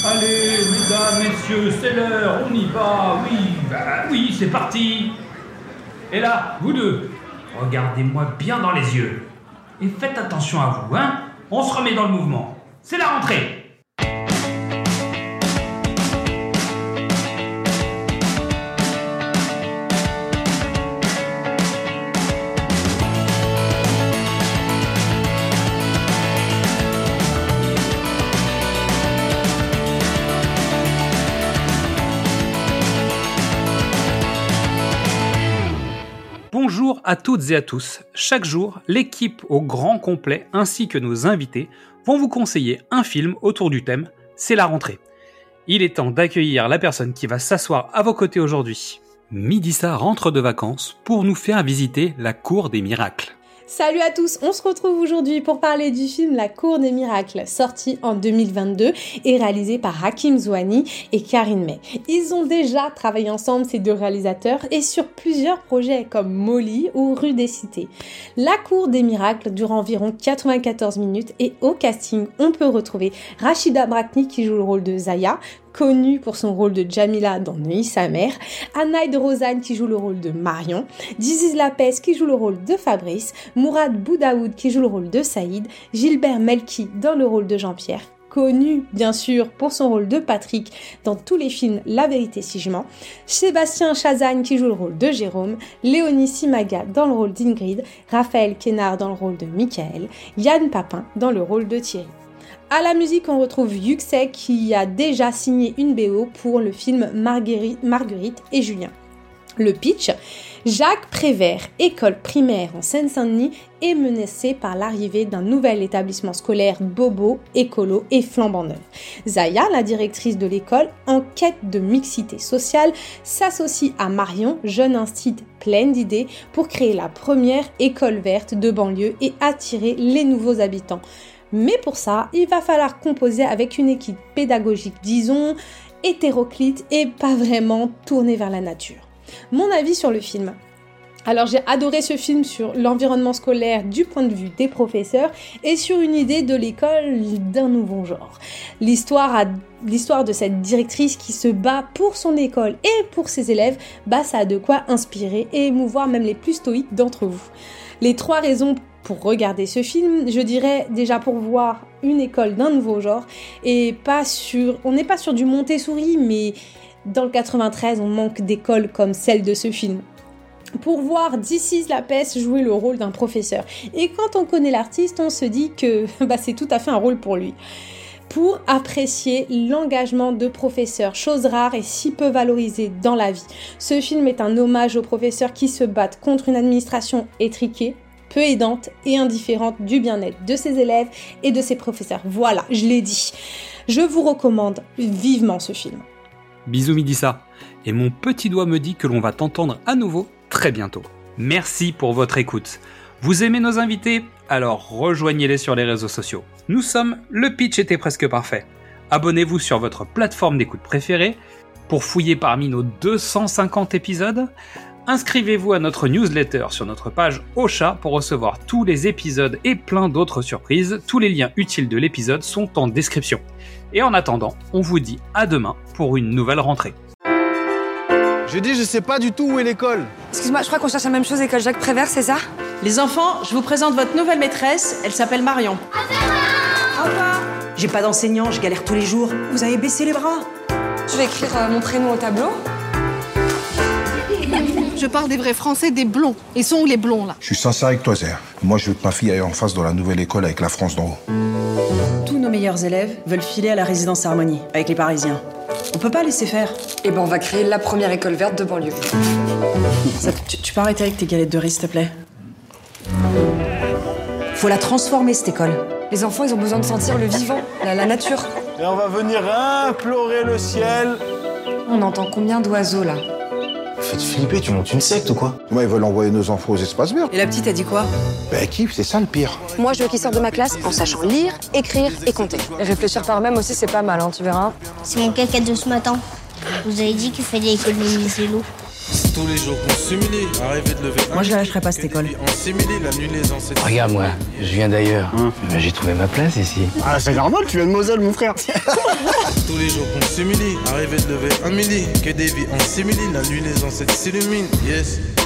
Allez, mesdames, messieurs, c'est l'heure, on y va, oui, c'est parti. Et là, vous deux, regardez-moi bien dans les yeux. Et faites attention à vous, hein. On se remet dans le mouvement. C'est la rentrée. Bonjour à toutes et à tous. Chaque jour, l'équipe au grand complet ainsi que nos invités vont vous conseiller un film autour du thème « C'est la rentrée ». Il est temps d'accueillir la personne qui va s'asseoir à vos côtés aujourd'hui. Midissa rentre de vacances pour nous faire visiter la Cour des Miracles. Salut à tous, on se retrouve aujourd'hui pour parler du film La Cour des Miracles, sorti en 2022 et réalisé par Hakim Zouani et Karine May. Ils ont déjà travaillé ensemble, ces deux réalisateurs, et sur plusieurs projets comme Molly ou Rue des Cités. La Cour des Miracles dure environ 94 minutes et au casting, on peut retrouver Rachida Brakni qui joue le rôle de Zaya, connue pour son rôle de Jamila dans Neuilly sa mère, Anaïd Rosanne qui joue le rôle de Marion, Diziz Lapez qui joue le rôle de Fabrice, Mourad Boudaoud qui joue le rôle de Saïd, Gilbert Melki dans le rôle de Jean-Pierre, connu bien sûr pour son rôle de Patrick dans tous les films La Vérité si je mens, Sébastien Chazane qui joue le rôle de Jérôme, Léonie Simaga dans le rôle d'Ingrid, Raphaël Kénard dans le rôle de Michael, Yann Papin dans le rôle de Thierry. À la musique, on retrouve Yuxek qui a déjà signé une BO pour le film Marguerite et Julien. Le pitch, Jacques Prévert, école primaire en Seine-Saint-Denis, est menacé par l'arrivée d'un nouvel établissement scolaire bobo, écolo et flambant neuf. Zaya, la directrice de l'école, en quête de mixité sociale, s'associe à Marion, jeune instit pleine d'idées, pour créer la première école verte de banlieue et attirer les nouveaux habitants. Mais pour ça, il va falloir composer avec une équipe pédagogique, disons, hétéroclite et pas vraiment tournée vers la nature. Mon avis sur le film. Alors j'ai adoré ce film sur l'environnement scolaire du point de vue des professeurs et sur une idée de l'école d'un nouveau genre. L'histoire de cette directrice qui se bat pour son école et pour ses élèves, ça a de quoi inspirer et émouvoir même les plus stoïques d'entre vous. Les 3 raisons pour regarder ce film, je dirais déjà pour voir une école d'un nouveau genre et on n'est pas sur du Montessori, mais dans le 93, on manque d'écoles comme celle de ce film. Pour voir Diziz Lapez jouer le rôle d'un professeur. Et quand on connaît l'artiste, on se dit que c'est tout à fait un rôle pour lui. Pour apprécier l'engagement de professeurs, chose rare et si peu valorisée dans la vie. Ce film est un hommage aux professeurs qui se battent contre une administration étriquée, peu aidante et indifférente du bien-être de ses élèves et de ses professeurs. Voilà, je l'ai dit. Je vous recommande vivement ce film. Bisous Midissa. Et mon petit doigt me dit que l'on va t'entendre à nouveau très bientôt. Merci pour votre écoute. Vous aimez nos invités ? Alors rejoignez-les sur les réseaux sociaux. Nous sommes Le Pitch était presque parfait. Abonnez-vous sur votre plateforme d'écoute préférée pour fouiller parmi nos 250 épisodes. Inscrivez-vous à notre newsletter sur notre page Ocha pour recevoir tous les épisodes et plein d'autres surprises. Tous les liens utiles de l'épisode sont en description. Et en attendant, on vous dit à demain pour une nouvelle rentrée. Je dis, je sais pas du tout où est l'école. Excuse-moi, je crois qu'on cherche la même chose, école Jacques Prévert, c'est ça ? Les enfants, je vous présente votre nouvelle maîtresse, elle s'appelle Marion. Au revoir. J'ai pas d'enseignant, je galère tous les jours. Vous avez baissé les bras. Je vais écrire mon prénom au tableau. Je parle des vrais Français, des blonds. Ils sont où les blonds, là ? Je suis sincère avec toi, Zéa. Moi, je veux que ma fille aille en face dans la nouvelle école avec la France d'en haut. Tous nos meilleurs élèves veulent filer à la résidence Harmonie, avec les Parisiens. On peut pas laisser faire. Eh ben, on va créer la première école verte de banlieue. Tu peux arrêter avec tes galettes de riz, s'il te plaît ? Faut la transformer, cette école. Les enfants, ils ont besoin de sentir le vivant, la nature. Et on va venir implorer le ciel. On entend combien d'oiseaux, là ? Faites flipper, tu montes une secte ou quoi ? Moi, ils veulent envoyer nos enfants aux espaces verts. Et la petite a dit quoi ? Kiffe, c'est ça le pire. Moi, je veux qu'ils sortent de ma classe en sachant lire, écrire et compter. Et réfléchir par eux-mêmes aussi, c'est pas mal, tu verras. C'est mon caca de ce matin. Vous avez dit qu'il fallait économiser l'eau. Tous les jours qu'on s'humilie, arriver de lever. Moi, je la lâcherai pas, cette école. On s'humilie, la nuit, les ancêtres. Regarde, moi, je viens d'ailleurs. J'ai trouvé ma place ici. Ah, c'est normal, tu viens de Moselle, mon frère. Tous les jours qu'on s'humilie, arriver de lever un milli. Que des vies en simili, la nuit, les ancêtres s'illuminent. Yes.